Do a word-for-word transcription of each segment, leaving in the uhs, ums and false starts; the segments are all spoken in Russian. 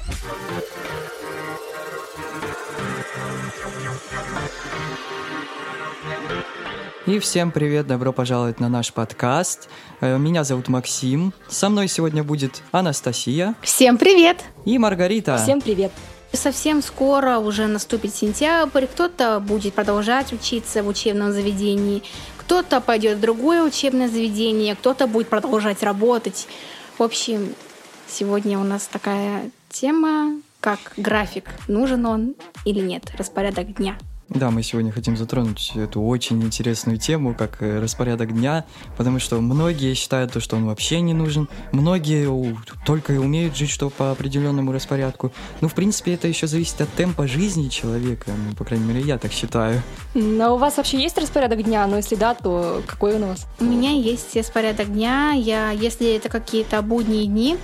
И всем привет, добро пожаловать на наш подкаст. Меня зовут Максим. Со мной сегодня будет Анастасия. Всем привет! И Маргарита. Всем привет! Совсем скоро уже наступит сентябрь. Кто-то будет продолжать учиться в учебном заведении, кто-то пойдет в другое учебное заведение, кто-то будет продолжать работать. В общем, сегодня у нас такая тема, как график. Нужен он или нет? Распорядок дня. Да, мы сегодня хотим затронуть эту очень интересную тему, как распорядок дня, потому что многие считают, что он вообще не нужен, многие только и умеют жить, что по определенному распорядку. Ну, в принципе, это еще зависит от темпа жизни человека, ну, по крайней мере, я так считаю. Но у вас вообще есть распорядок дня? Но если да, то какой он у вас? У меня есть распорядок дня. Я, если это какие-то будние дни,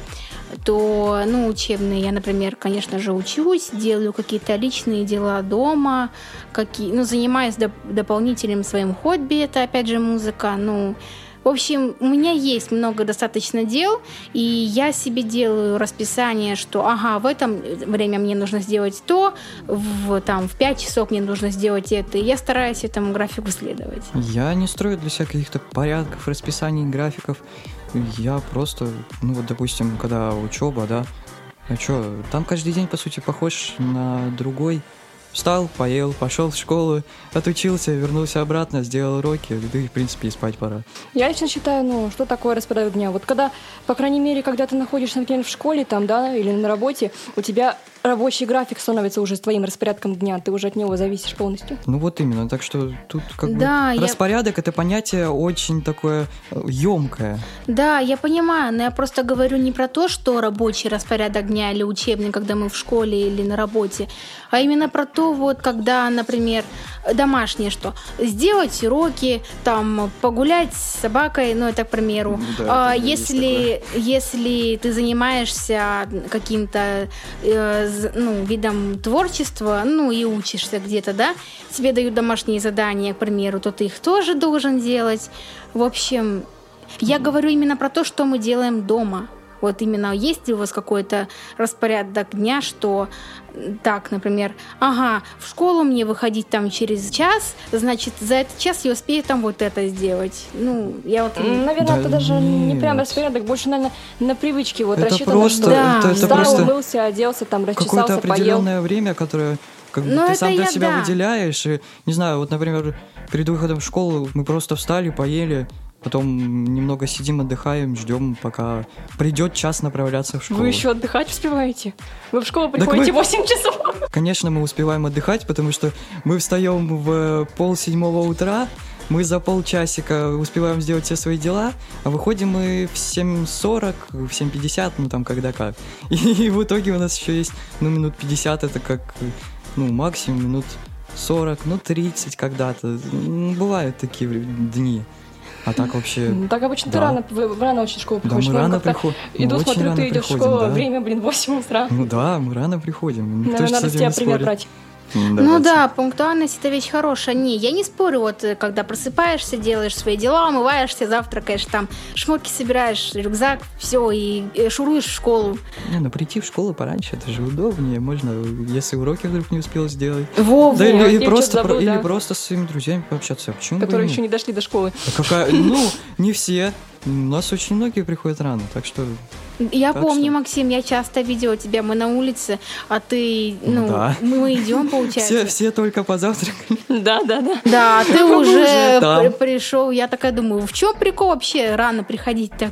то, ну, учебные, я, например, конечно же, учусь, делаю какие-то личные дела дома, какие, ну, занимаюсь доп- дополнительным своим хобби, это, опять же, музыка, ну, в общем, у меня есть много достаточно дел, и я себе делаю расписание, что, ага, в это время мне нужно сделать то, в, там, в пять часов мне нужно сделать это, и я стараюсь этому графику следовать. Я не строю для себя каких-то порядков, расписаний, графиков. Я просто, ну вот, допустим, когда учеба, да, а что, там каждый день, по сути, похож на другой. Встал, поел, пошел в школу, отучился, вернулся обратно, сделал уроки, да и, в принципе, и спать пора. Я лично считаю, ну, что такое распорядок дня? Вот когда, по крайней мере, когда ты находишься, например, в школе, там, да, или на работе, у тебя рабочий график становится уже с твоим распорядком дня, ты уже от него зависишь полностью. Ну вот именно, так что тут как да, бы я... распорядок — это понятие очень такое ёмкое. Да, я понимаю, но я просто говорю не про то, что рабочий распорядок дня или учебный, когда мы в школе или на работе, а именно про то, вот когда, например, домашнее что, сделать уроки, там, погулять с собакой, ну это к примеру. Да, а, если, если ты занимаешься каким-то э, ну, видом творчества, ну и учишься где-то, да, тебе дают домашние задания, к примеру, то ты их тоже должен делать. В общем, я говорю именно про то, что мы делаем дома. Вот именно есть ли у вас какой-то распорядок дня, что так, например, ага, в школу мне выходить там через час, значит, за этот час я успею там вот это сделать. Ну, я вот... Наверное, да это даже нет. не прям распорядок, больше, наверное, на привычки. Вот это рассчитано, просто, что да. это, это встал, просто умылся, оделся, там, расчесался, какое-то поел. определенное время, которое как бы Ну, ты это сам для я, себя да. выделяешь. И, не знаю, вот, например, перед выходом в школу мы просто встали, поели, потом немного сидим, отдыхаем, ждем, пока придет час направляться в школу. Вы еще отдыхать успеваете? Вы в школу приходите мы- восемь часов. Конечно, мы успеваем отдыхать, потому что мы встаем в полседьмого утра, мы за полчасика успеваем сделать все свои дела, а выходим мы в семь сорок, в семь пятьдесят, ну там когда как. И в итоге у нас еще есть, ну, минут пятьдесят, это как, ну, максимум минут сорок, ну, тридцать когда-то. Ну, бывают такие дни. А так вообще... Ну, так обычно да. ты рано, вы рано очень в школу Да, приходишь. мы Ну, рано как-то приходим. Иду, смотрю, ты идешь в школу, да. время, блин, восемь утра. Ну да, мы рано приходим. Никто Наверное, ж с надо с этим тебя не пример спорит. брать. Ну да, пунктуальность — это вещь хорошая. Не, я не спорю, вот когда просыпаешься, делаешь свои дела, умываешься, завтракаешь, там шмотки собираешь, рюкзак, все, и шуруешь в школу. Не, ну прийти в школу пораньше, это же удобнее. Можно, если уроки вдруг не успел сделать. Во, Да, во. или, или просто, что-то забыл, про- да. или просто со своими друзьями пообщаться. А почему бы Которые и еще нет? не дошли до школы. Да какая- Ну, не все. У нас очень многие приходят рано, так что... Я Так помню, что- Максим, я часто видела тебя, мы на улице, а ты, ну, Да. мы идем, получается. Все, все только позавтракали. Да, да, да. Да, а ты Мы уже уже там. при- пришел. Я такая думаю, в чем прикол вообще рано приходить-то?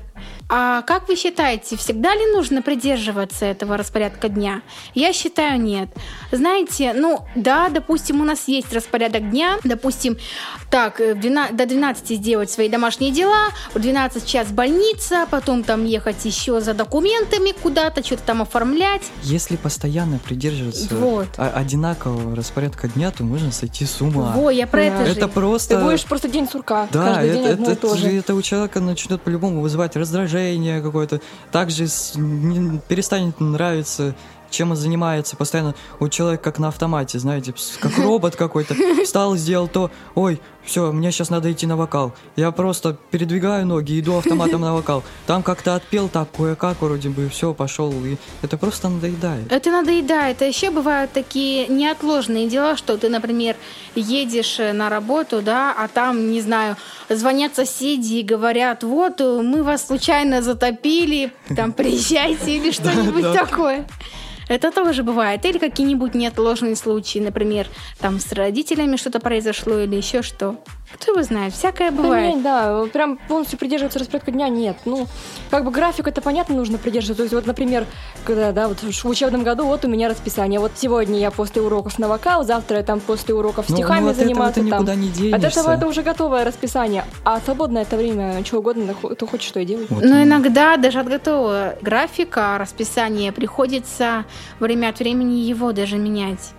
А как вы считаете, всегда ли нужно придерживаться этого распорядка дня? Я считаю, нет. Знаете, ну да, допустим, у нас есть распорядок дня, допустим, так, в двенадцать до двенадцати сделать свои домашние дела, в двенадцать час больница, потом там ехать еще за документами куда-то, что-то там оформлять. Если постоянно придерживаться Вот. о- одинакового распорядка дня, то можно сойти с ума. Во, я про Да. это же. Это просто... Ты будешь просто день сурка. Да, Каждый день это, одно и это, то же. это у человека начнет по-любому вызывать раздражение какое-то. Также с- не- перестанет нравиться чем он занимается. Постоянно у человека как на автомате, знаете, как робот какой-то. Встал, сделал то, ой, все, мне сейчас надо идти на вокал. Я просто передвигаю ноги, иду автоматом на вокал. Там как-то отпел, так, кое-как вроде бы, все, пошел. И это просто надоедает. Это надоедает. А еще бывают такие неотложные дела, что ты, например, едешь на работу, да, а там, не знаю, звонят соседи и говорят, вот, мы вас случайно затопили, там, приезжайте или что-нибудь такое. Это тоже бывает. Или какие-нибудь неотложные случаи, например, там с родителями что-то произошло или еще что. Кто его знает, всякое бывает. Да, нет, да, прям полностью придерживаться распорядка дня нет. Ну, как бы график, это понятно, нужно придерживаться. То есть вот, например, когда, да, вот в учебном году вот у меня расписание. Вот сегодня я после уроков на вокал, завтра я там после уроков стихами ну, ну, от заниматься. Этого ты никуда там. не денешься. От этого это уже готовое расписание. А свободное это время, чего угодно, ты хочешь, что и делать. Вот. Но иногда даже от готового графика, расписания приходится время от времени его даже менять.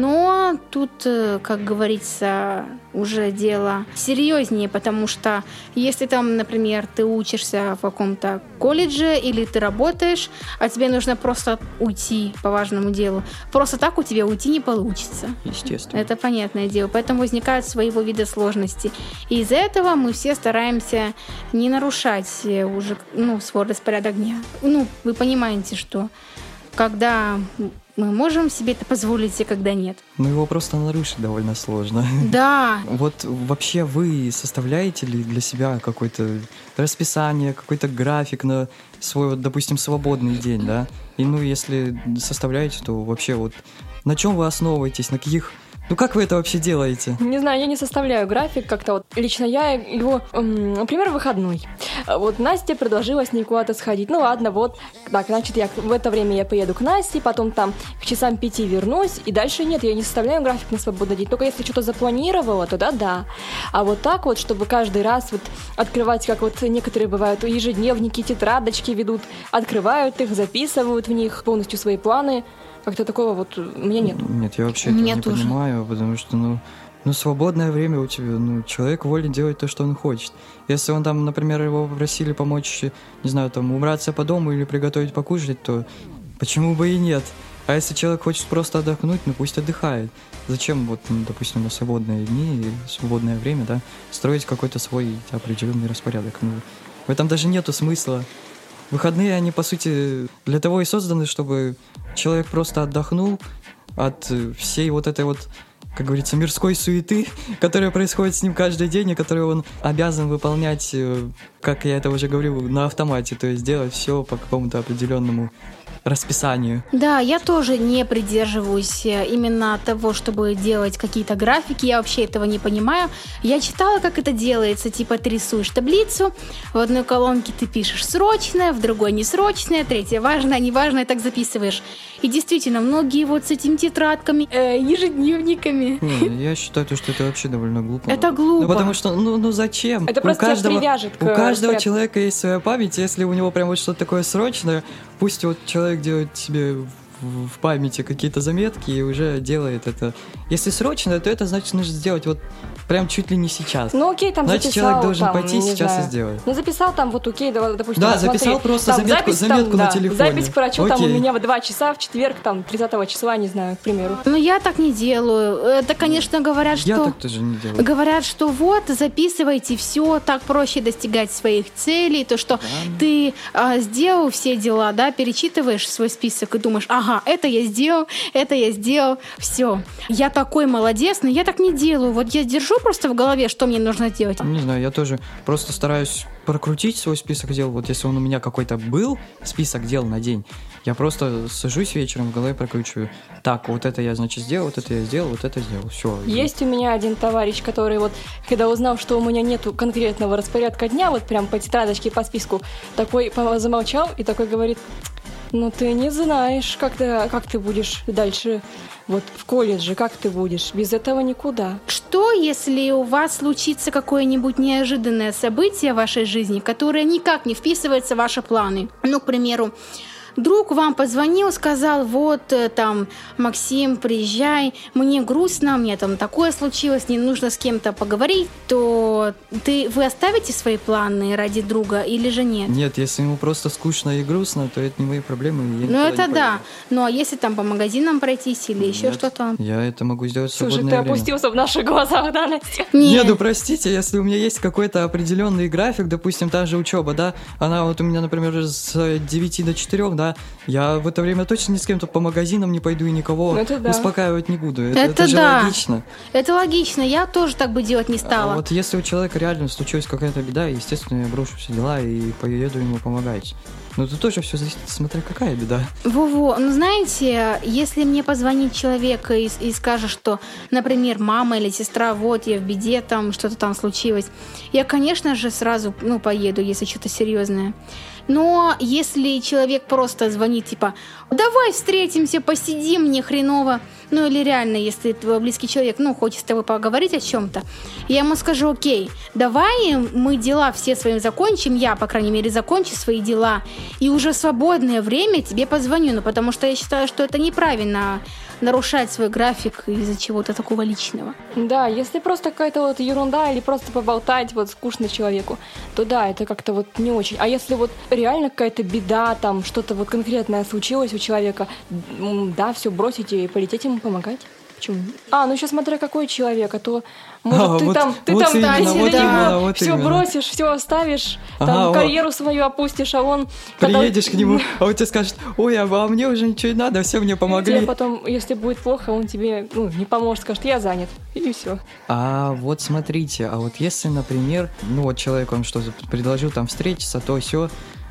Но тут, как говорится, уже дело серьезнее, потому что если там, например, ты учишься в каком-то колледже или ты работаешь, а тебе нужно просто уйти по важному делу, просто так у тебя уйти не получится. Естественно. Это понятное дело. Поэтому возникают своего вида сложности. И из-за этого мы все стараемся не нарушать уже, ну, свой распорядок дня. Ну, вы понимаете, что когда мы можем себе это позволить, а когда нет. Ну, его просто нарушить довольно сложно. Да. Вот вообще вы составляете ли для себя какое-то расписание, какой-то график на свой, вот, допустим, свободный день, да? И, ну, если составляете, то вообще вот на чем вы основываетесь, на каких... Ну, как вы это вообще делаете? Не знаю, я не составляю график как-то вот. Лично я его, эм, например, выходной. Вот Настя предложила с ней куда-то сходить. Ну ладно, вот, так, значит, я в это время я поеду к Насте, потом там к часам пяти вернусь, и дальше нет, я не составляю график на свободный день. Только если что-то запланировала, то да, да. А вот так вот, чтобы каждый раз вот открывать, как вот некоторые бывают, ежедневники, тетрадочки ведут, открывают их, записывают в них полностью свои планы. Как-то такого вот у меня нет. Нет, я вообще этого не тоже. понимаю, потому что, ну, ну, свободное время у тебя, ну, человек волен делать то, что он хочет. Если он там, например, его попросили помочь, не знаю, там, убраться по дому или приготовить покушать, то почему бы и нет? А если человек хочет просто отдохнуть, ну, пусть отдыхает. Зачем, вот, ну, допустим, на свободные дни или свободное время, да, строить какой-то свой определенный распорядок? Ну, в этом даже нету смысла. Выходные, они, по сути, для того и созданы, чтобы человек просто отдохнул от всей вот этой вот, как говорится, мирской суеты, которая происходит с ним каждый день, и которую он обязан выполнять, как я это уже говорил, на автомате, то есть делать все по какому-то определенному расписанию. Да, я тоже не придерживаюсь именно того, чтобы делать какие-то графики, я вообще этого не понимаю. Я читала, как это делается, типа ты рисуешь таблицу, в одной колонке ты пишешь срочное, в другой несрочное, третье важное, неважное, так записываешь. И действительно, многие вот с этими тетрадками, э, ежедневниками. Не, я считаю, что это вообще довольно глупо. Это глупо. Ну, потому что, ну, ну зачем? Это у просто каждого, привяжет к У каждого распорядку. человека есть своя память, если у него прям вот что-то такое срочное, пусть вот человек делает себе в, в памяти какие-то заметки и уже делает это. Если срочно, то это значит нужно сделать вот прям чуть ли не сейчас. Ну окей, там Значит, записал, человек должен там, пойти не сейчас знаю. и сделать. Ну записал там вот окей, да, допустим. Да, вот, смотри, записал просто там заметку- запись, заметку там, на да, телефоне. Запись к врачу, там у Окей. меня в два часа в четверг, там, тридцатого числа, не знаю, к примеру. Но я так не делаю. Это, конечно, говорят, Я что... так тоже не делаю. Говорят, что вот, записывайте все, так проще достигать своих целей, то, что ты а, сделал все дела, да, перечитываешь свой список и думаешь, ага, это я сделал, это я сделал, все. Я такой молодец, но я так не делаю. Вот я держу просто в голове, что мне нужно делать. Не знаю, я тоже просто стараюсь прокрутить свой список дел. Вот если он у меня какой-то был, список дел на день, я просто сажусь вечером, в голове прокручиваю. Так, вот это я, значит, сделал, вот это я сделал, вот это сделал. Все. Есть у меня один товарищ, который вот, когда узнал, что у меня нету конкретного распорядка дня, вот прям по тетрадочке, по списку, такой замолчал и такой говорит, ну ты не знаешь, как ты, как ты будешь дальше вот в колледже, как ты будешь, без этого никуда. Что, если у вас случится какое-нибудь неожиданное событие в вашей жизни, которое никак не вписывается в ваши планы? Ну, к примеру, друг вам позвонил, сказал, вот э, там, Максим, приезжай, мне грустно, мне там такое случилось, мне нужно с кем-то поговорить, то ты, вы оставите свои планы ради друга или же нет? Нет, если ему просто скучно и грустно, то это не мои проблемы. Я Ну никуда это не да. поеду. Ну а если там по магазинам пройтись или еще Нет, что-то? Я это могу сделать в Слушай, свободное ты время. опустился в наших глазах, да, Настя? Нет, ну простите, если у меня есть какой-то определенный график, допустим, та же учеба, да, она вот у меня, например, с девяти до четырёх, да, я в это время точно ни с кем-то по магазинам не пойду и никого Ну, это да. успокаивать не буду. Это, Это это же да. логично. Это логично, я тоже так бы делать не стала. А вот если у человека реально случилась какая-то беда, естественно, я брошу все дела и поеду ему помогать. Но тут тоже все зависит, смотря какая беда. Во-во, ну знаете, если мне позвонит человек и, и скажет, что, например, мама или сестра, вот я в беде, там что-то там случилось, я, конечно же, сразу, ну, поеду, если что-то серьезное. Но если человек просто звонит, типа, давай встретимся, посидим, мне хреново, ну или реально, если твой близкий человек, ну, хочет с тобой поговорить о чем-то, я ему скажу, окей, давай мы дела все свои закончим, я, по крайней мере, закончу свои дела, и уже в свободное время тебе позвоню, ну, потому что я считаю, что это неправильно нарушать свой график из-за чего-то такого личного. Да, если просто какая-то вот ерунда или просто поболтать вот скучно человеку, то да, это как-то вот не очень. А если вот реально какая-то беда, там что-то вот конкретное случилось у человека, м, да, все бросить и полететь ему помогать. Почему? А, ну еще смотря какой человек, а то может А, ты вот- там, ты вот там именно, да, вот да, именно, вот все именно. бросишь, все оставишь, там Ага, вот. карьеру свою опустишь, а он когда- Приедешь к нему, а он тебе скажет, ой, а а мне уже ничего не надо, все, мне Тебе помогли. потом, если будет плохо, он тебе ну, не поможет, скажет, я занят, и все. А вот смотрите, а вот если, например, ну вот человек вам что-то предложил там встретиться, то все,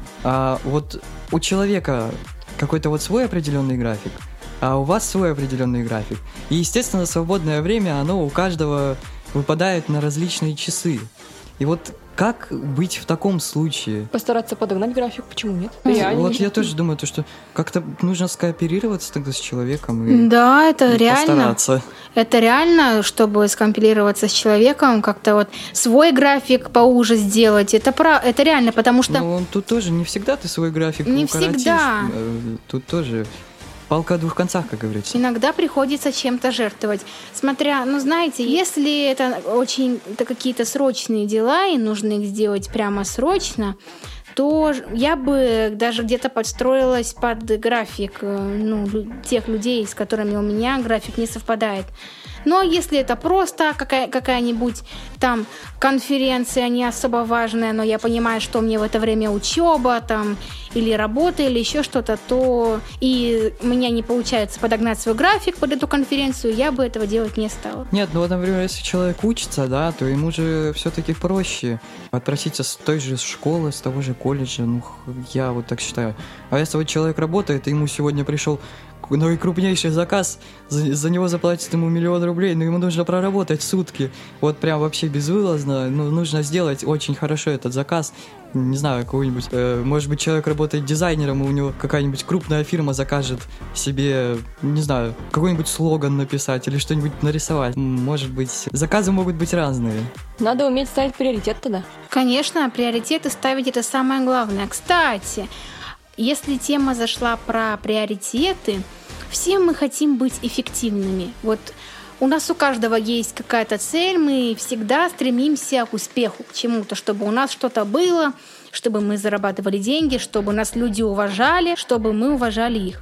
а вот у человека какой-то вот свой определенный график, а у вас свой определенный график. И, естественно, свободное время, оно у каждого выпадает на различные часы. И вот как быть в таком случае? Постараться подогнать график, почему нет? Ну, Реально. Вот я тоже думаю, то, что как-то нужно скооперироваться тогда с человеком и, Да, это и реально. постараться. Это реально, чтобы скомпилироваться с человеком, как-то вот свой график поуже сделать. Это, про... это реально, потому что... Но он тут тоже не всегда ты свой график Не укоротишь. всегда. Э, Тут тоже палка о двух концах, как говорится. Иногда приходится чем-то жертвовать. Смотря, ну знаете, если это очень это какие-то срочные дела и нужно их сделать прямо срочно, то ж- я бы даже где-то подстроилась под график э, ну, лю- тех людей, с которыми у меня график не совпадает. Но если это просто какая- какая-нибудь там конференция не особо важная, но я понимаю, что мне в это время учеба там или работа, или еще что-то, то и у меня не получается подогнать свой график под эту конференцию, я бы этого делать не стала. Нет, ну вот, например, если человек учится, да, то ему же все-таки проще отпроситься с той же школы, с того же колледжа, ну, х- я вот так считаю. А если вот человек работает, и ему сегодня пришел наикрупнейший заказ, за, за него заплатят ему миллион рублей, но ему нужно проработать сутки, вот прям вообще безвылазно, ну, нужно сделать очень хорошо этот заказ, не знаю, какой-нибудь, э, может быть, человек работает дизайнером, и у него какая-нибудь крупная фирма закажет себе, не знаю, какой-нибудь слоган написать или что-нибудь нарисовать. М, Может быть, заказы могут быть разные. Надо уметь ставить приоритет тогда. Конечно, приоритеты ставить это самое главное. Кстати, если тема зашла про приоритеты, все мы хотим быть эффективными. Вот у нас у каждого есть какая-то цель, мы всегда стремимся к успеху, к чему-то, чтобы у нас что-то было, чтобы мы зарабатывали деньги, чтобы нас люди уважали, чтобы мы уважали их.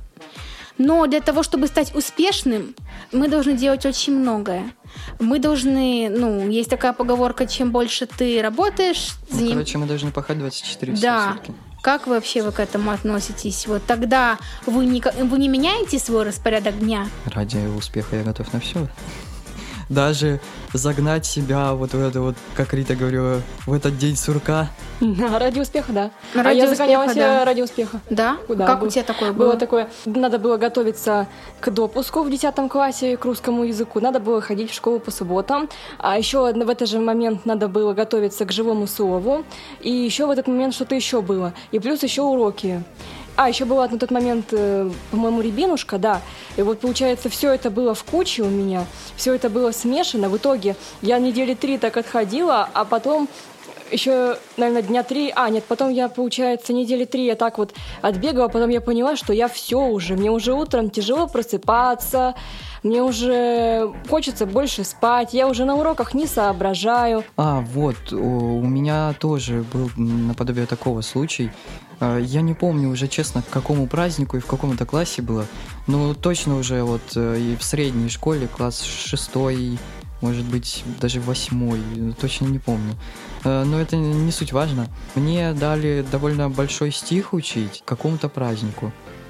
Но для того, чтобы стать успешным, мы должны делать очень многое. Мы должны, ну, есть такая поговорка, чем больше ты работаешь, Ну, заним- короче, мы должны пахать двадцать четыре часа Да. в сутки. Как вообще вы к этому относитесь? Вот тогда вы не, вы не меняете свой распорядок дня? Ради успеха я готов на все. Даже загнать себя вот в это вот, как Рита говорила, в этот день сурка. Ради успеха, да. Ну, а ради я успеха, загоняла себя да. ради успеха. Да? Да, как был- у тебя такое было? Было такое, надо было готовиться к допуску в десятом классе к русскому языку, надо было ходить в школу по субботам, а еще в этот же момент надо было готовиться к живому слову, и еще в этот момент что-то еще было, и плюс еще уроки. А, еще была на тот момент, э, по-моему, рябинушка, да. И вот, получается, все это было в куче у меня, все это было смешано. В итоге я недели три так отходила, а потом еще, наверное, дня три, а, нет, потом я, получается, недели три я так вот отбегала, потом я поняла, что я все уже, мне уже утром тяжело просыпаться, мне уже хочется больше спать, я уже на уроках не соображаю. А, вот, у меня тоже был наподобие такого случай. Я не помню уже, честно, к какому празднику и в каком это классе было, но точно уже вот и в средней школе, класс шестой, может быть, даже восьмой, точно не помню. Но это не суть важно. Мне дали довольно большой стих учить к какому-то празднику.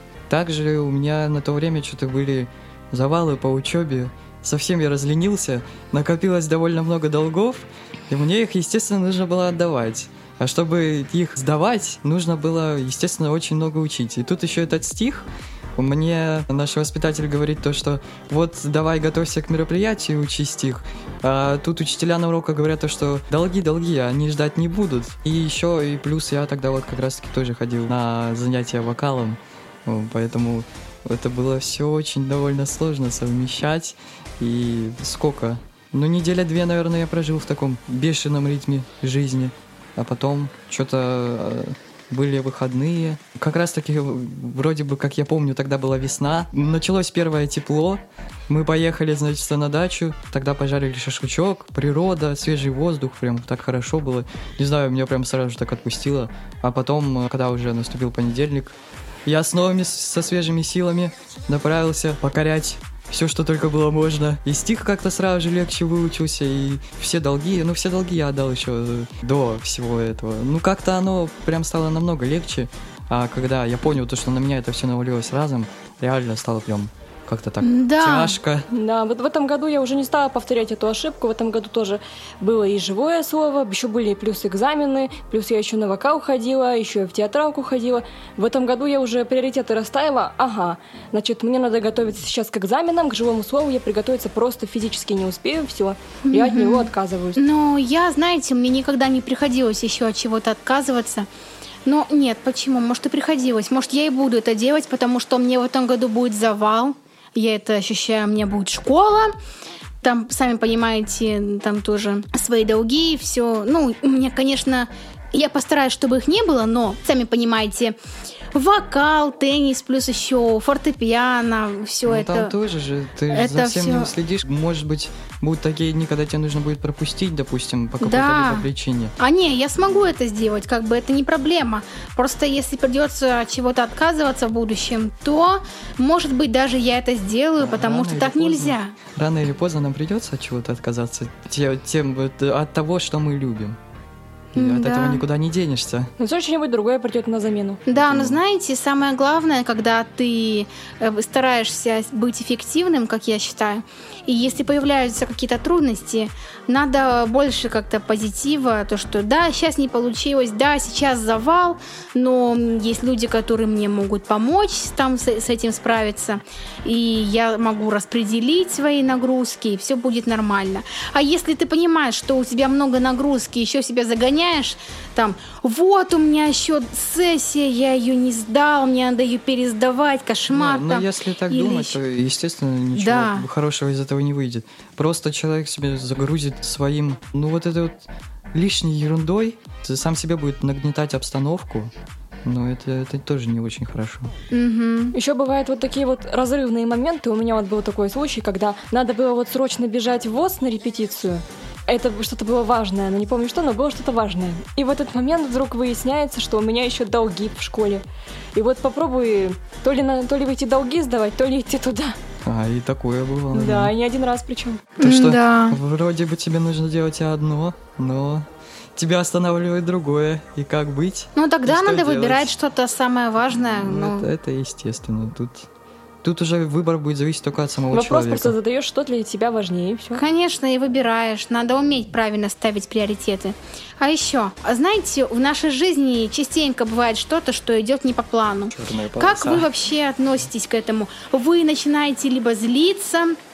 Также у меня на то время что-то были завалы по учебе. Совсем я разленился, накопилось довольно много долгов, и мне их, естественно, нужно было отдавать. А чтобы их сдавать, нужно было, естественно, очень много учить. И тут еще этот стих. Мне наш воспитатель говорит то, что вот давай готовься к мероприятию, учи стих. А тут учителя на уроках говорят то, что долги, долги, они ждать не будут. И еще и плюс я тогда вот как раз-таки тоже ходил на занятия вокалом, поэтому это было все очень довольно сложно совмещать. И сколько? Ну, неделя-две, наверное, я прожил в таком бешеном ритме жизни. А потом что-то были выходные. Как раз-таки, вроде бы, как я помню, тогда была весна. Началось первое тепло. Мы поехали, значит, на дачу. Тогда пожарили шашлычок, природа, свежий воздух. Прям так хорошо было. Не знаю, меня прям сразу же так отпустило. А потом, когда уже наступил понедельник, я с новыми, со свежими силами направился покорять все, что только было можно. И стих как-то сразу же легче выучился, и все долги, ну все долги я отдал еще до всего этого. Ну как-то оно прям стало намного легче, а когда я понял то, что на меня это все навалилось разом, реально стало прям как-то так да. тяжко. Да, вот в этом году я уже не стала повторять эту ошибку. В этом году тоже было и живое слово, еще были плюс экзамены, плюс я еще на вокал ходила, еще и в театралку ходила. В этом году я уже приоритеты расставила. Ага, значит, мне надо готовиться сейчас к экзаменам, к живому слову я приготовиться просто физически не успею, все, mm-hmm. я от него отказываюсь. Но я, знаете, мне никогда не приходилось еще от чего-то отказываться. Но нет, почему? Может, и приходилось. Может, я и буду это делать, потому что мне в этом году будет завал. Я это ощущаю, у меня будет школа, там, сами понимаете, там тоже свои долги, все. Ну, у меня, конечно, я постараюсь, чтобы их не было, но, сами понимаете, вокал, теннис, плюс еще фортепиано, все ну, это. Там тоже же, ты это за всем всё... не уследишь. Может быть, будут такие дни, когда тебе нужно будет пропустить, допустим, по какой-то да. либо причине. А не, я смогу это сделать, как бы это не проблема. Просто если придется от чего-то отказываться в будущем, то, может быть, даже я это сделаю, потому Рано что или так поздно. нельзя. Рано или поздно нам придется от чего-то отказаться, тем, тем, от того, что мы любим. И да. от этого никуда не денешься. Но все что-нибудь другое придет на замену. Да, но знаете, самое главное, когда ты стараешься быть эффективным, как я считаю, и если появляются какие-то трудности, надо больше как-то позитива, то, что да, сейчас не получилось, да, сейчас завал, но есть люди, которые мне могут помочь там с, с этим справиться, и я могу распределить свои нагрузки, и все будет нормально. А если ты понимаешь, что у тебя много нагрузки, еще себя загоняешь, там, вот у меня еще сессия, я ее не сдал, мне надо ее пересдавать, кошмар. Ну, там. но если так Или думать, еще... то, естественно, ничего да. хорошего из этого не выйдет. Просто человек себе загрузит своим, ну, вот этой вот лишней ерундой, сам себе будет нагнетать обстановку. Но это, это тоже не очень хорошо. Угу. Еще бывают вот такие вот разрывные моменты. У меня вот был такой случай, когда надо было вот срочно бежать в ВОС на репетицию. Это что-то было важное, но не помню что, но было что-то важное. И в этот момент вдруг выясняется, что у меня еще долги в школе. И вот попробуй то ли, на, то ли выйти долги сдавать, то ли идти туда. А, и такое было. Да, и не один раз причем. То, что да. вроде бы тебе нужно делать одно, но тебя останавливает другое. И как быть? Ну, тогда и надо делать? выбирать что-то самое важное. Ну, ну... это, это естественно. Тут... Тут уже выбор будет зависеть только от самого Вопрос человека. Вопрос просто задаешь, что для тебя важнее, и все. Конечно, и выбираешь. Надо уметь правильно ставить приоритеты. А еще, знаете, в нашей жизни частенько бывает что-то, что идет не по плану. Черная полоса. Как вы вообще относитесь к этому? Вы начинаете либо злиться,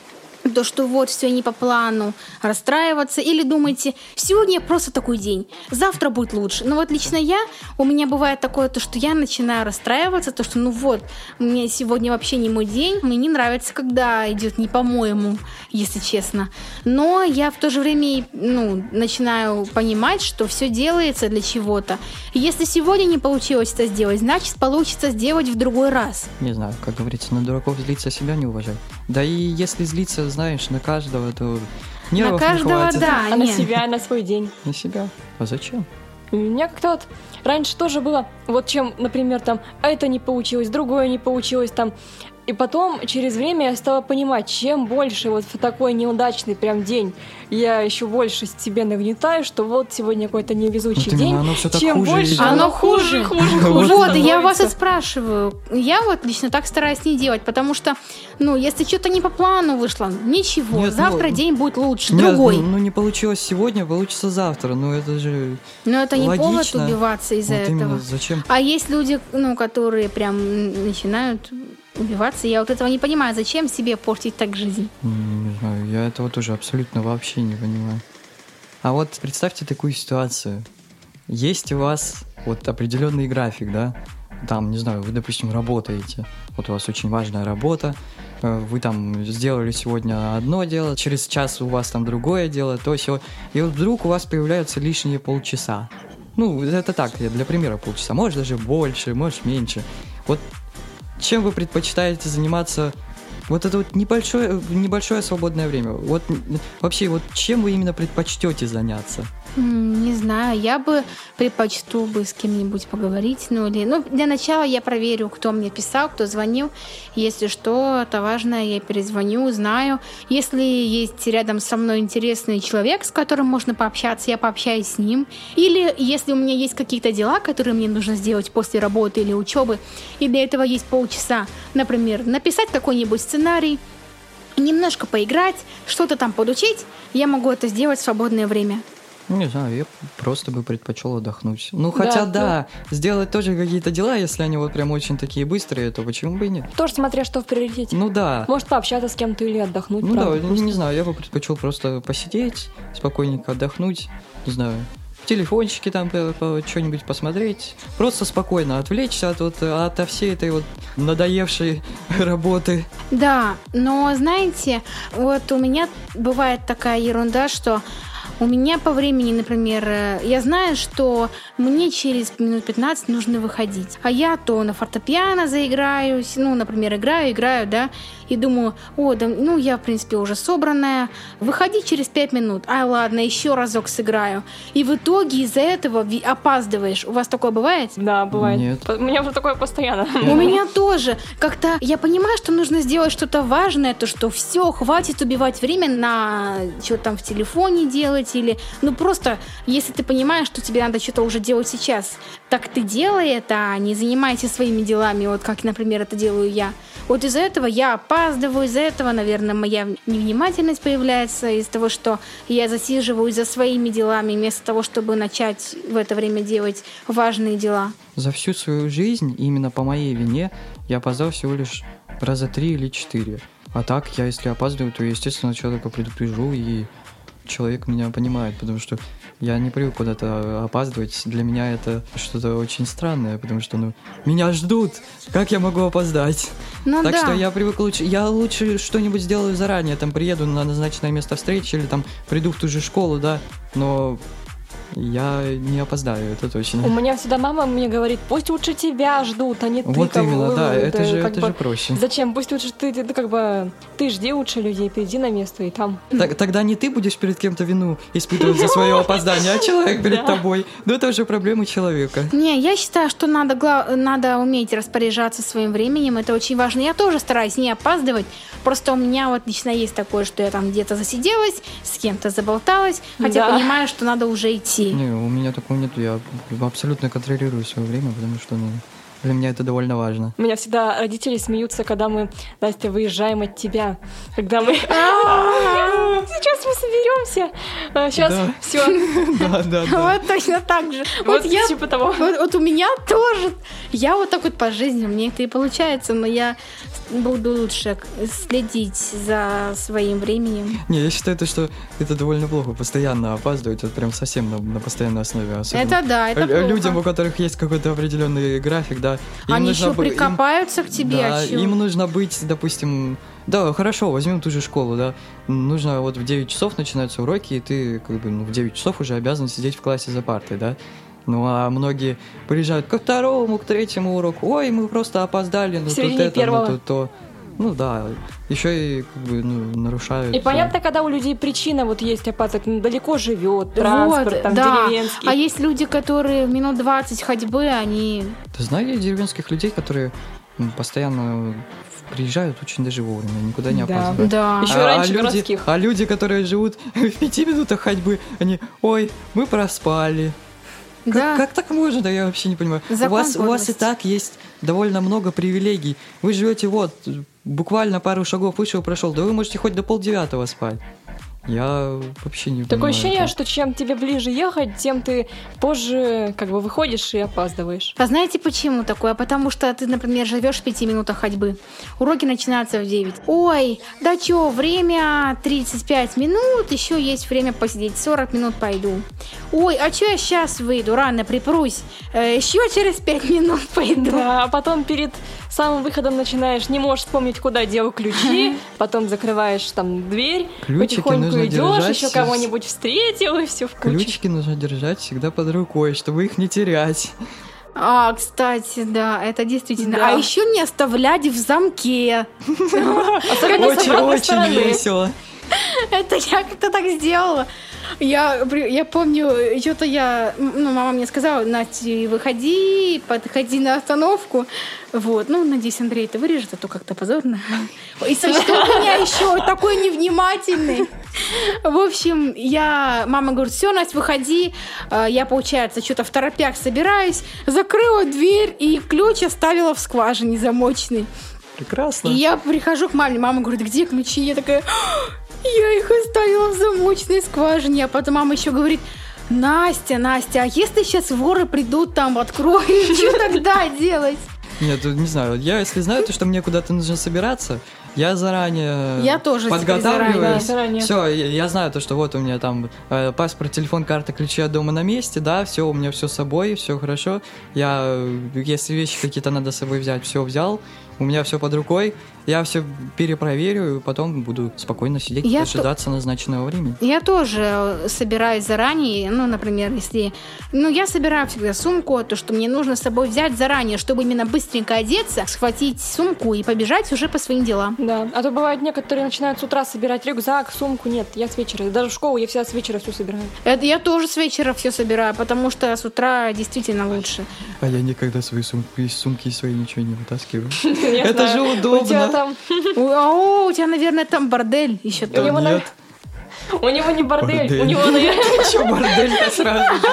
то, что вот все не по плану, расстраиваться, или думаете, сегодня просто такой день, завтра будет лучше. Но вот лично я, у меня бывает такое, то, что я начинаю расстраиваться, то, что ну вот, мне сегодня вообще не мой день, мне не нравится, когда идет не по-моему, если честно. Но я в то же время ну, начинаю понимать, что все делается для чего-то. И если сегодня не получилось это сделать, значит, получится сделать в другой раз. Не знаю, как говорится, на дураков злиться, себя не уважать. Да и если злиться, знаешь, на каждого, то нервов на каждого, не хватит. да. А нет. на себя, на свой день. На себя. А зачем? У меня как-то вот раньше тоже было, вот чем, например, там, это не получилось, другое не получилось, там. И потом, через время, я стала понимать, чем больше вот в такой неудачный прям день я еще больше себе нагнетаю, что вот сегодня какой-то невезучий вот день, именно, оно всё так чем хуже больше идет. оно Оно хуже, хуже. хуже, хуже Вот, и я вас и становится. спрашиваю. Я вот лично так стараюсь не делать, потому что, ну, если что-то не по плану вышло, ничего, Нет, завтра ну, день будет лучше, Нет, другой. Ну, ну не получилось сегодня, получится завтра. Ну это же Но это не повод логично. убиваться из-за Вот этого. именно, зачем? А есть люди, ну, которые прям начинают убиваться. Я вот этого не понимаю. Зачем себе портить так жизнь? Не знаю, я этого тоже абсолютно вообще не понимаю. А вот представьте такую ситуацию. Есть у вас вот определенный график, да? Там, не знаю, вы, допустим, работаете. Вот у вас очень важная работа. Вы там сделали сегодня одно дело, через час у вас там другое дело, то сё. И вот вдруг у вас появляются лишние полчаса. Ну, это так, для примера полчаса. Может, даже больше, может, меньше. Вот чем вы предпочитаете заниматься вот это вот небольшое, небольшое свободное время? Вот вообще, вот чем вы именно предпочтете заняться? Не знаю, я бы предпочту бы с кем-нибудь поговорить, ну или, ну для начала я проверю, кто мне писал, кто звонил, если что, это важно, я перезвоню, узнаю. Если есть рядом со мной интересный человек, с которым можно пообщаться, я пообщаюсь с ним. Или если у меня есть какие-то дела, которые мне нужно сделать после работы или учебы, и для этого есть полчаса, например, написать какой-нибудь сценарий, немножко поиграть, что-то там подучить, я могу это сделать в свободное время. Ну, не знаю, я просто бы предпочел отдохнуть. Ну, хотя, да, да сделать тоже какие-то дела, если они вот прям очень такие быстрые, то почему бы и нет? Тоже смотря, что в приоритете. Ну, да. Может, пообщаться с кем-то или отдохнуть. Ну, правда, да, не, не знаю, я бы предпочел просто посидеть, спокойненько отдохнуть, не знаю, в телефончике там по- по- что-нибудь посмотреть, просто спокойно отвлечься от, вот, от всей этой вот надоевшей работы. Да, но знаете, вот у меня бывает такая ерунда, что у меня по времени, например, я знаю, что мне через минут пятнадцать нужно выходить. А я то на фортепиано заиграюсь, ну, например, играю, играю, да, и думаю, о, да, ну, я, в принципе, уже собранная, выходи через пять минут, а, ладно, еще разок сыграю. И в итоге из-за этого опаздываешь. У вас такое бывает? Да, бывает. Нет. У меня уже такое постоянно. У меня тоже. Как-то я понимаю, что нужно сделать что-то важное, то что все, хватит убивать время на что там в телефоне делать или, ну просто, если ты понимаешь, что тебе надо что-то уже делать сейчас, так ты делай это, а не занимайся своими делами, вот как, например, это делаю я. Вот из-за этого я опаздываю, из-за этого, наверное, моя невнимательность появляется, из-за того, что я засиживаюсь за своими делами, вместо того, чтобы начать в это время делать важные дела. За всю свою жизнь, именно по моей вине, я опоздал всего лишь раза три или четыре. А так, я если опаздываю, то, естественно, человека предупрежу, и человек меня понимает, потому что я не привык куда-то опаздывать. Для меня это что-то очень странное, потому что, ну, меня ждут. Как я могу опоздать? Ну так да. что я привык лучше... Я лучше что-нибудь сделаю заранее. Там приеду на назначенное место встречи или там приду в ту же школу, да. Но я не опоздаю, это точно. У меня всегда мама мне говорит, пусть лучше тебя ждут, а не ты. Вот там, именно, да, э, это же, как это бы, же проще. Зачем? Пусть лучше ты, ты, ты как бы, ты жди лучше людей, приди на место и там. Так- тогда не ты будешь перед кем-то вину испытывать за свое опоздание, а человек перед тобой. Но это уже проблема человека. Не, я считаю, что надо, гла- надо уметь распоряжаться своим временем, это очень важно. Я тоже стараюсь не опаздывать, просто у меня вот лично есть такое, что я там где-то засиделась, с кем-то заболталась, хотя Да. понимаю, что надо уже идти. Не, у меня такого нет, я абсолютно контролирую свое время, потому что, ну, для меня это довольно важно. У меня всегда родители смеются, когда мы, Настя, выезжаем от тебя. Когда мы... Сейчас мы соберемся. Сейчас Да. все. Да, да, да. Вот точно так же. Вот Вот я типа того. Вот, вот у меня тоже. Я вот так вот по жизни, мне это и получается, но я буду лучше следить за своим временем. Не, я считаю, то, что это довольно плохо, постоянно опаздывать, это прям совсем на, на постоянной основе. Особенно Это да, это л- плохо. людям, у которых есть какой-то определенный график, да. им Они нужно еще бы- им- прикопаются к тебе, Да, а чё? им нужно быть, допустим, да, хорошо, возьмем ту же школу, да, нужно вот в девять часов начинаются уроки, и ты как бы ну, в девять часов уже обязан сидеть в классе за партой, да. Ну, а многие приезжают ко второму, к третьему уроку, ой, мы просто опоздали, ну В тут середине это, первого. ну тут то. Ну да, еще и как бы ну, нарушают. И понятно, когда у людей причина вот есть опаздывать, ну, далеко живет, транспорт, Вот, там, да. деревенский. А есть люди, которые в минут двадцать ходьбы, они... Ты знаешь деревенских людей, которые м, постоянно приезжают очень даже вовремя, никуда не Да. опаздывают. Да. Еще раньше люди, городских. а люди, которые живут в пяти минутах ходьбы, они, ой, мы проспали. Как, Да. как так можно? Да я вообще не понимаю. У Закон вас, у вас и подлости. так есть довольно много привилегий. Вы живете вот, буквально пару шагов вышел, прошел, да вы можете хоть до полдевятого спать. Я вообще не Такое понимаю. ощущение, этого. что чем тебе ближе ехать, тем ты позже как бы выходишь и опаздываешь. А знаете почему такое? Потому что ты, например, живешь в пяти минутах ходьбы. Уроки начинаются в девять. Ой, да чё, время тридцать пять минут, еще есть время посидеть, сорок минут пойду. Ой, а чё я сейчас выйду, рано припрусь, э, еще через пять минут пойду. Да, а потом перед самым выходом начинаешь, не можешь вспомнить, куда дел ключи, потом закрываешь там дверь, Ключики потихоньку нужно идешь, держать еще с- кого-нибудь встретил, и все в куче. Ключики нужно держать всегда под рукой, чтобы их не терять. А, кстати, да, это действительно. Да. А еще не оставлять в замке. Особенно с Очень, обратной очень стороны. весело. Это я как-то так сделала. Я, при- я помню, что-то я, ну, мама мне сказала, Настя, выходи, подходи на остановку. Вот, ну, надеюсь, Андрей это вырежет, а то как-то позорно. И что у меня еще такой невнимательный. В общем, я, мама говорит, все, Настя, выходи. А, Я, получается, что-то в торопях собираюсь, закрыла дверь и ключ оставила в скважине замочной. Прекрасно. И я прихожу к маме, мама говорит, где ключи? Я такая, я их оставила в замочной скважине. А потом мама еще говорит, Настя, Настя, а если сейчас воры придут там, откроют, что тогда делать? Нет, не знаю. Я, если знаю, то, что мне куда-то нужно собираться, я заранее Я тоже теперь подготавливаюсь. заранее, да, заранее. Все, я, я знаю то, что вот у меня там э, паспорт, телефон, карта, ключи от дома на месте, да, все, у меня все с собой, все хорошо. Я, э, если вещи какие-то надо с собой взять, все взял. У меня все под рукой, я все перепроверю, и потом буду спокойно сидеть и Я дожидаться назначенного времени. Я тоже собираюсь заранее, ну, например, если... Ну, я собираю всегда сумку, то, что мне нужно с собой взять заранее, чтобы именно быстренько одеться, схватить сумку и побежать уже по своим делам. Да, а то бывают некоторые начинают с утра собирать рюкзак, сумку. Нет, я с вечера. Даже в школу я всегда с вечера все собираю. Это я тоже с вечера все собираю, потому что с утра действительно лучше. А я никогда свои сумки, из сумки свои ничего не вытаскиваю. Я Это знаю. же удобно. У тебя там... О, о, у тебя, наверное, там бордель еще У него, Нет. У него не бордель, Бордель. у него, наверное... Че бордель-то сразу же?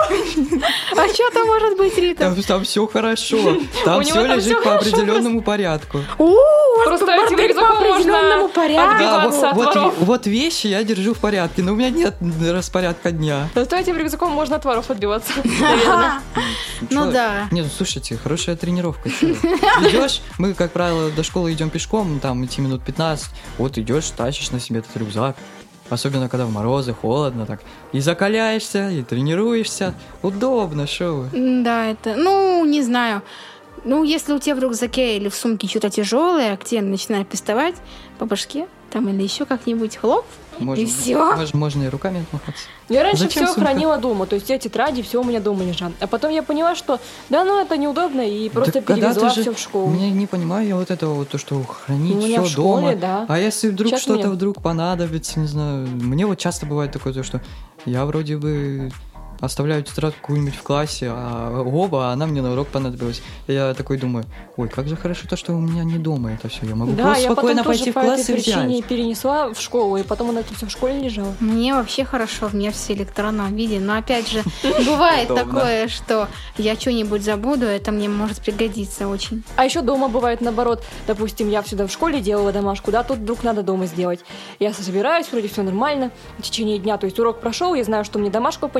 А что там может быть, Рита? Там, там все хорошо. Там У все него там лежит всё по хорошо определенному порядку. О, у вас Просто тут этим бордель по рюкзаком определенному можно порядку. отбиваться. Да, от вот, вот, воров. вот вещи я держу в порядке, но у меня нет распорядка дня. Зато этим рюкзаком можно от воров отбиваться. Наверное. Ну Чё? да. Нет, ну слушайте, хорошая тренировка. чё вы. Идешь, мы, как правило, до школы идем пешком, там идти минут пятнадцать. Вот идешь, тащишь на себе этот рюкзак. Особенно, когда в морозы, холодно так. И закаляешься, и тренируешься. Удобно, шо вы. М, Да, это, ну, не знаю. Ну, если у тебя в рюкзаке или в сумке что-то тяжелое, а к тебе начинает приставать по башке, там или еще как-нибудь хлоп, Можно, и все. мож- можно и руками отмахаться. Я раньше Зачем все сумка? хранила дома, то есть все тетради, все у меня дома лежат. А потом я поняла, что да, ну это неудобно, и просто Так когда перевезла ты же- все в школу. Не, не понимаю я вот этого, вот то, что хранить У меня все в школе, дома. да. А если вдруг Сейчас что-то мне. вдруг понадобится, не знаю. Мне вот часто бывает такое, то, что я вроде бы оставляю тетрадку какую-нибудь в классе, а оба, а она мне на урок понадобилась. И я такой думаю, ой, как же хорошо то, что у меня не дома это все. Я могу Да, просто я спокойно потом пойти тоже в по класс этой и причине взять. перенесла в школу, и потом она это все в школе лежала. Мне вообще хорошо, у меня все в электронном виде. Но опять же, бывает Удобно. такое, что я что-нибудь забуду, это мне может пригодиться очень. А еще дома бывает наоборот. Допустим, я всегда в школе делала домашку, да, тут вдруг надо дома сделать. Я собираюсь, вроде все нормально в течение дня. То есть урок прошел, я знаю, что мне домашку по нему делать,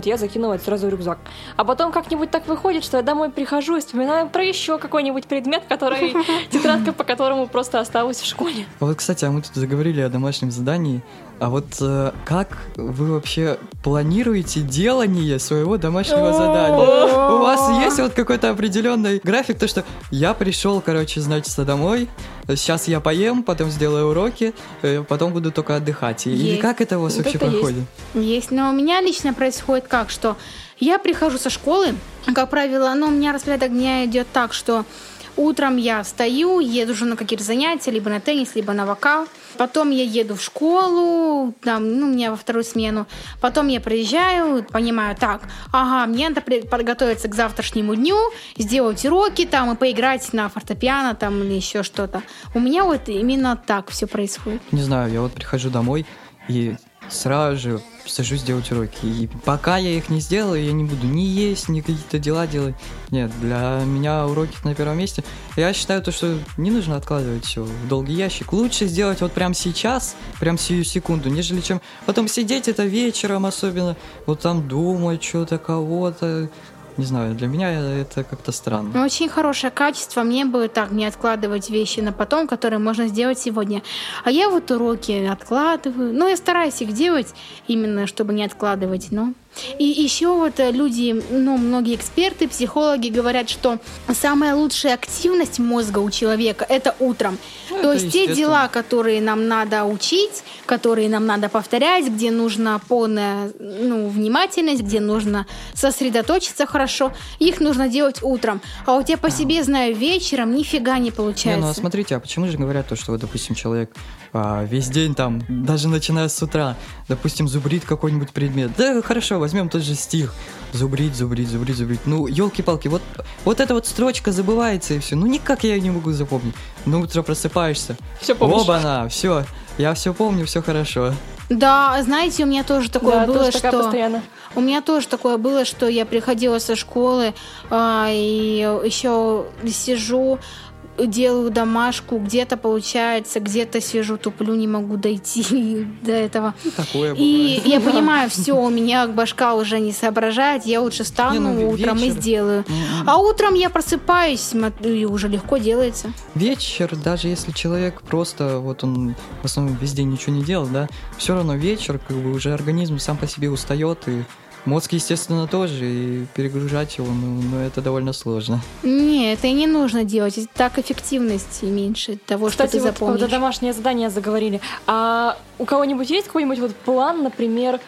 я закинула это сразу в рюкзак. А потом как-нибудь так выходит, что я домой прихожу и вспоминаю про еще какой-нибудь предмет, который тетрадка, по которому просто осталась в школе. А вот, кстати, а мы тут заговорили о домашнем задании. А вот э, как вы вообще планируете делание своего домашнего задания? У вас есть вот какой-то определенный график, то что я пришел, короче, значит, домой, сейчас я поем, потом сделаю уроки, потом буду только отдыхать. Или как это у вас вообще проходит? Есть, но у меня лично происходит как, что я прихожу со школы, как правило, ну, у меня распорядок дня идет так, что утром я встаю, еду уже на какие-то занятия, либо на теннис, либо на вокал. Потом я еду в школу, там, ну, у меня во вторую смену. Потом я приезжаю, понимаю, так, ага, мне надо подготовиться к завтрашнему дню, сделать уроки там и поиграть на фортепиано там или еще что-то. У меня вот именно так все происходит. Не знаю, я вот прихожу домой и сразу же сажусь делать уроки. И пока я их не сделаю, я не буду ни есть, ни какие-то дела делать. Нет, для меня уроки на первом месте. Я считаю, то, что не нужно откладывать все в долгий ящик. Лучше сделать вот прямо сейчас, прям сию секунду, нежели чем потом сидеть это вечером особенно, вот там думать что-то, кого-то. Не знаю, для меня это как-то странно. Очень хорошее качество. Мне бы так не откладывать вещи на потом, которые можно сделать сегодня. А я вот уроки откладываю. Ну, я стараюсь их делать именно, чтобы не откладывать. Но... И еще вот люди, ну, многие эксперты, психологи говорят, что самая лучшая активность мозга у человека – это утром. Ну, То это есть те дела, которые нам надо учить, которые нам надо повторять, где нужна полная, ну, внимательность, где нужно сосредоточиться хорошо, их нужно делать утром. А вот я по себе знаю, вечером нифига не получается. Не, ну а смотрите, а почему же говорят то, что, вот, допустим, человек а, весь день там, даже начиная с утра, допустим, зубрит какой-нибудь предмет. Да, хорошо, возьмем тот же стих. Зубрить, зубрить, зубрить, зубрить. Ну, елки-палки, вот, вот эта вот строчка забывается и все. Ну, никак я ее не могу запомнить. Ну, утро просыпаешься. Все помнишь. Оба-на, все. Я все помню, все хорошо. Да, знаете, у меня тоже такое да, было, тоже что... постоянно. У меня тоже такое было, что я приходила со школы а, и еще сижу, делаю домашку, где-то получается, где-то сижу, туплю, не могу дойти до этого. Такое бывает. И я понимаю, все, у меня башка уже не соображает, я лучше стану не, ну, утром вечер. И сделаю. Mm-hmm. А утром я просыпаюсь, смотрю, и уже легко делается. Вечер, даже если человек просто, вот он в основном весь день ничего не делал, да, все равно вечер, как бы уже организм сам по себе устает, и мозг, естественно, тоже, и перегружать его, ну, ну это довольно сложно. Нет, это и не нужно делать. Так эффективность меньше того, Кстати, что ты вот запомнишь. Кстати, вот домашнее задание заговорили. А у кого-нибудь есть какой-нибудь вот план, например,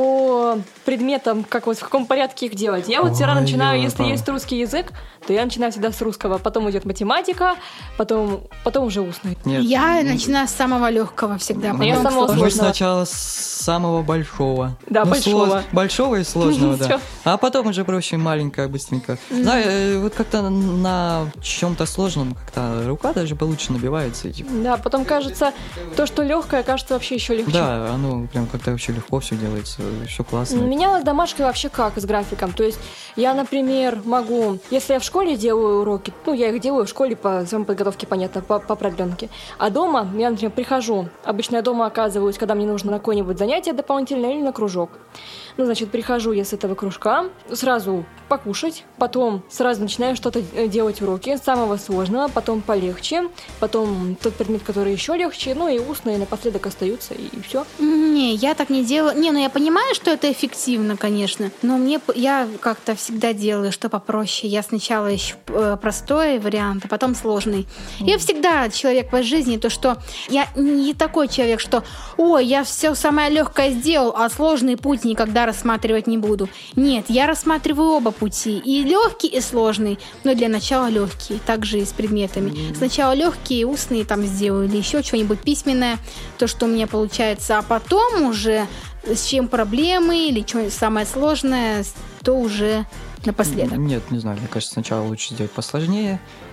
по предметам, как вот в каком порядке их делать? Я вот всегда начинаю, ё, если пам. есть русский язык, то я начинаю всегда с русского, потом идет математика, потом, потом уже устный. Нет. Я начинаю с самого легкого всегда. А я самого сложного. Сначала с самого большого. Да, ну, большого. Слож... Большого и сложного, да. А потом уже проще, маленькое, быстренько. Mm-hmm. Знаю, вот как-то на чем-то сложном как-то рука даже получше набивается. И, типа... Да, потом кажется, то, что легкое, кажется вообще еще легче. Да, оно прям как-то вообще легко все делается, все классно. У меня с домашкой вообще как, с графиком. То есть я, например, могу, если я в школе делаю уроки, ну, я их делаю в школе по своей подготовке, понятно, по, по продленке. А дома я, например, прихожу. Обычно я дома оказываюсь, когда мне нужно на какое-нибудь занятие дополнительное или на кружок. Ну, значит, прихожу я с этого кружка, сразу покушать, потом сразу начинаю что-то делать уроки, с самого сложного, потом полегче, потом тот предмет, который еще легче, ну и устные напоследок остаются, и все. Не, я так не делаю. Не, ну я понимаю, что это эффективно, конечно, но мне я как-то всегда делаю, что попроще. Я сначала ищу простой вариант, а потом сложный. Mm. Я всегда человек по жизни, то что я не такой человек, что ой, я все самое легкое сделал, а сложный путь никогда рассматривать не буду. Нет, я рассматриваю оба пути, и легкий, и сложный, но для начала легкий, также и с предметами. Mm. Сначала легкие, устные там сделаю, или еще что-нибудь письменное, то, что у меня получается, а потом уже с чем проблемы, или что-нибудь самое сложное, то уже напоследок. Нет, не знаю, мне кажется, сначала лучше сделать посложнее,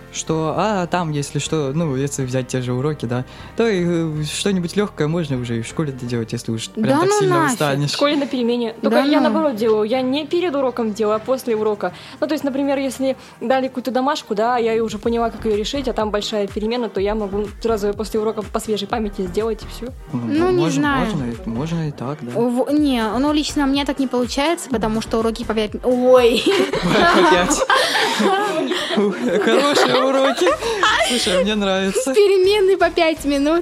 что, а там, если что, ну, если взять те же уроки, да, то и э, что-нибудь легкое можно уже и в школе делать, если уж прям Да так ну сильно нафиг. устанешь. В школе на перемене. Только Да я ну. наоборот делаю. Я не перед уроком делаю, а после урока. Ну, то есть, например, если дали какую-то домашку, да, я уже поняла, как ее решить, а там большая перемена, то я могу сразу после урока по свежей памяти сделать и все. Ну, не можно, знаю. Можно, и- можно и так, да. В- Не, ну лично у меня так не получается, потому что уроки по пять... Ой! Опять. Ух, хорошие уроки. Слушай, мне нравится. Переменные по пять минут.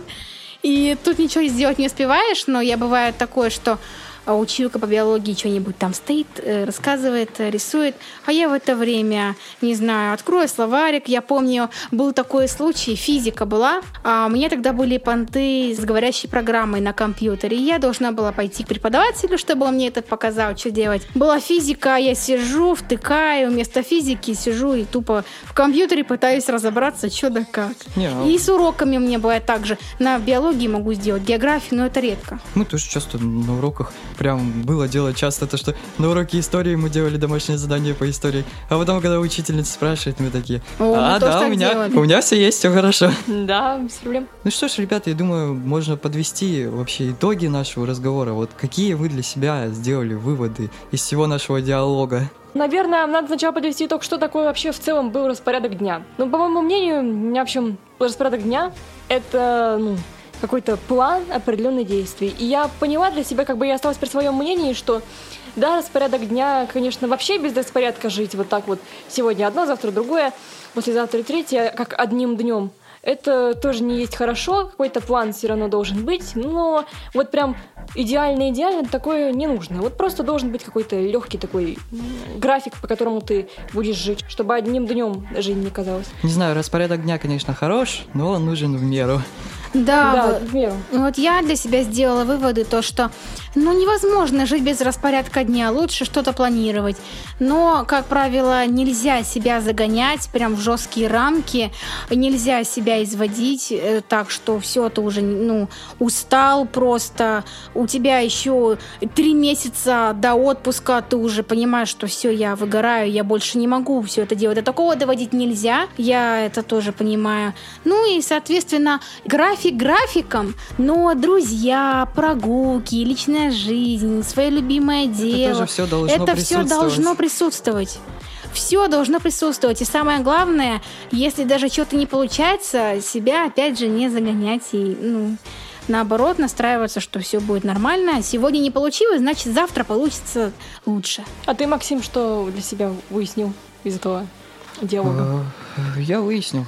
И тут ничего сделать не успеваешь, но я бывает такое, что а, училка по биологии что-нибудь там стоит, э, рассказывает, э, рисует, а я в это время, не знаю, открою словарик. Я помню, был такой случай, физика была, а у меня тогда были понты с говорящей программой на компьютере, и я должна была пойти к преподавателю, чтобы он мне это показал, что делать. Была физика, я сижу, втыкаю, вместо физики сижу и тупо в компьютере пытаюсь разобраться, что да как. Не, а И с уроками у меня бывает так же. На биологии могу сделать, географию, но это редко. мы тоже часто на уроках прям было дело часто то, что на уроке истории мы делали домашнее задание по истории, а потом, когда учительница спрашивает, мы такие, О, мы а, тоже да, так у меня, делали. у меня все есть, все хорошо. Да, без проблем. Ну что ж, ребята, я думаю, можно подвести вообще итоги нашего разговора. Вот какие вы для себя сделали выводы из всего нашего диалога? Наверное, надо сначала подвести итог, что такое вообще в целом был распорядок дня. Ну, по моему мнению, у меня, в общем, распорядок дня — это, ну, какой-то план определенных действий. И я поняла для себя, как бы я осталась при своем мнении, что да, распорядок дня, конечно, вообще без распорядка жить вот так вот сегодня одно, завтра другое, послезавтра третье, как одним днем. Это тоже не есть хорошо, какой-то план все равно должен быть, но вот прям идеально-идеально такое не нужно. Вот просто должен быть какой-то легкий такой график, по которому ты будешь жить, чтобы одним днем жизнь не казалась. Не знаю, распорядок дня, конечно, хорош, но он нужен в меру. Да, Да, вот, к примеру. вот я для себя сделала выводы, то что ну, невозможно жить без распорядка дня, лучше что-то планировать. Но, как правило, нельзя себя загонять прям в жесткие рамки, нельзя себя изводить э, так, что все, ты уже ну, устал просто, у тебя еще три месяца до отпуска, ты уже понимаешь, что все, я выгораю, я больше не могу все это делать. До такого доводить нельзя, я это тоже понимаю. Ну и, соответственно, график графиком, но друзья, прогулки, личная жизнь, свое любимое дело. тоже всё должно это все присутствовать. должно присутствовать. Все должно присутствовать. И самое главное, если даже что-то не получается, себя опять же не загонять и, ну, наоборот, настраиваться, что все будет нормально. Сегодня не получилось, значит, завтра получится лучше. А ты, Максим, что для себя выяснил из этого диалога? Э, Я выяснил.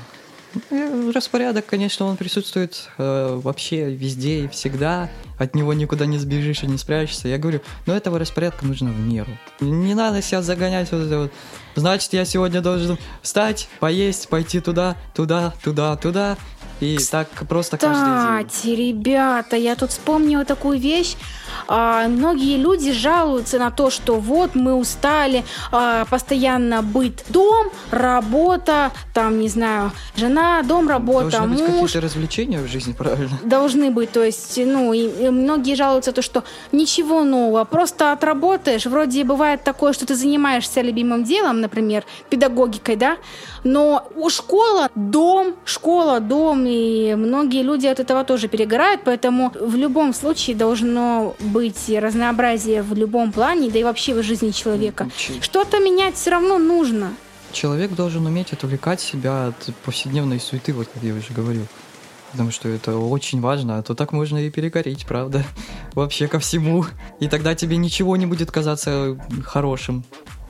Э, Распорядок, конечно, он присутствует э, вообще везде и всегда. От него никуда не сбежишь и не спрячешься. Я говорю, но этого распорядка нужно в меру. Не надо себя загонять вот это вот. Значит, я сегодня должен встать, поесть, пойти туда, туда, туда, туда. И так просто каждый день. Кстати, ребята, я тут вспомнила такую вещь. А, многие люди жалуются на то, что вот мы устали, а, постоянно быт, дом, работа, там, не знаю, жена, дом, работа, Должны быть муж. какие-то развлечения в жизни, правильно? Должны быть, то есть, ну, и, и многие жалуются то, что ничего нового, просто отработаешь, вроде бывает такое, что ты занимаешься любимым делом, например, педагогикой, да, но у школа, дом, школа, дом, и многие люди от этого тоже перегорают, поэтому в любом случае должно быть разнообразие в любом плане, да и вообще в жизни человека. Ч- Что-то менять все равно нужно. Человек должен уметь отвлекать себя от повседневной суеты, вот как я уже говорил. Потому что это очень важно, а то так можно и перегореть, правда? Вообще ко всему. И тогда тебе ничего не будет казаться хорошим.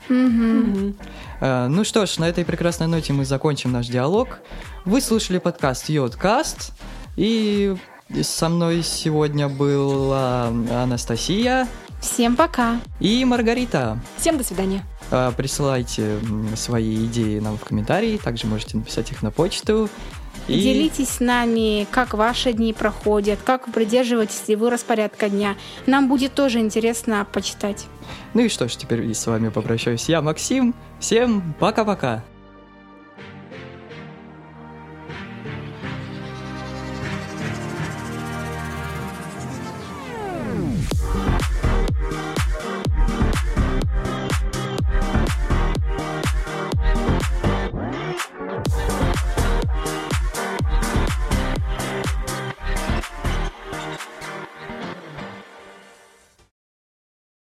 Мгм. Э, Ну что ж, на этой прекрасной ноте мы закончим наш диалог. Вы слушали подкаст Йодкаст. И со мной сегодня была Анастасия Всем пока. и Маргарита. Всем до свидания. Э, Присылайте м, свои идеи нам в комментарии. Также можете написать их на почту. И Делитесь с нами, как ваши дни проходят, как вы придерживаетесь ли вы распорядка дня. Нам будет тоже интересно почитать. Ну и что ж, теперь с вами попрощаюсь я, Максим. Всем пока-пока.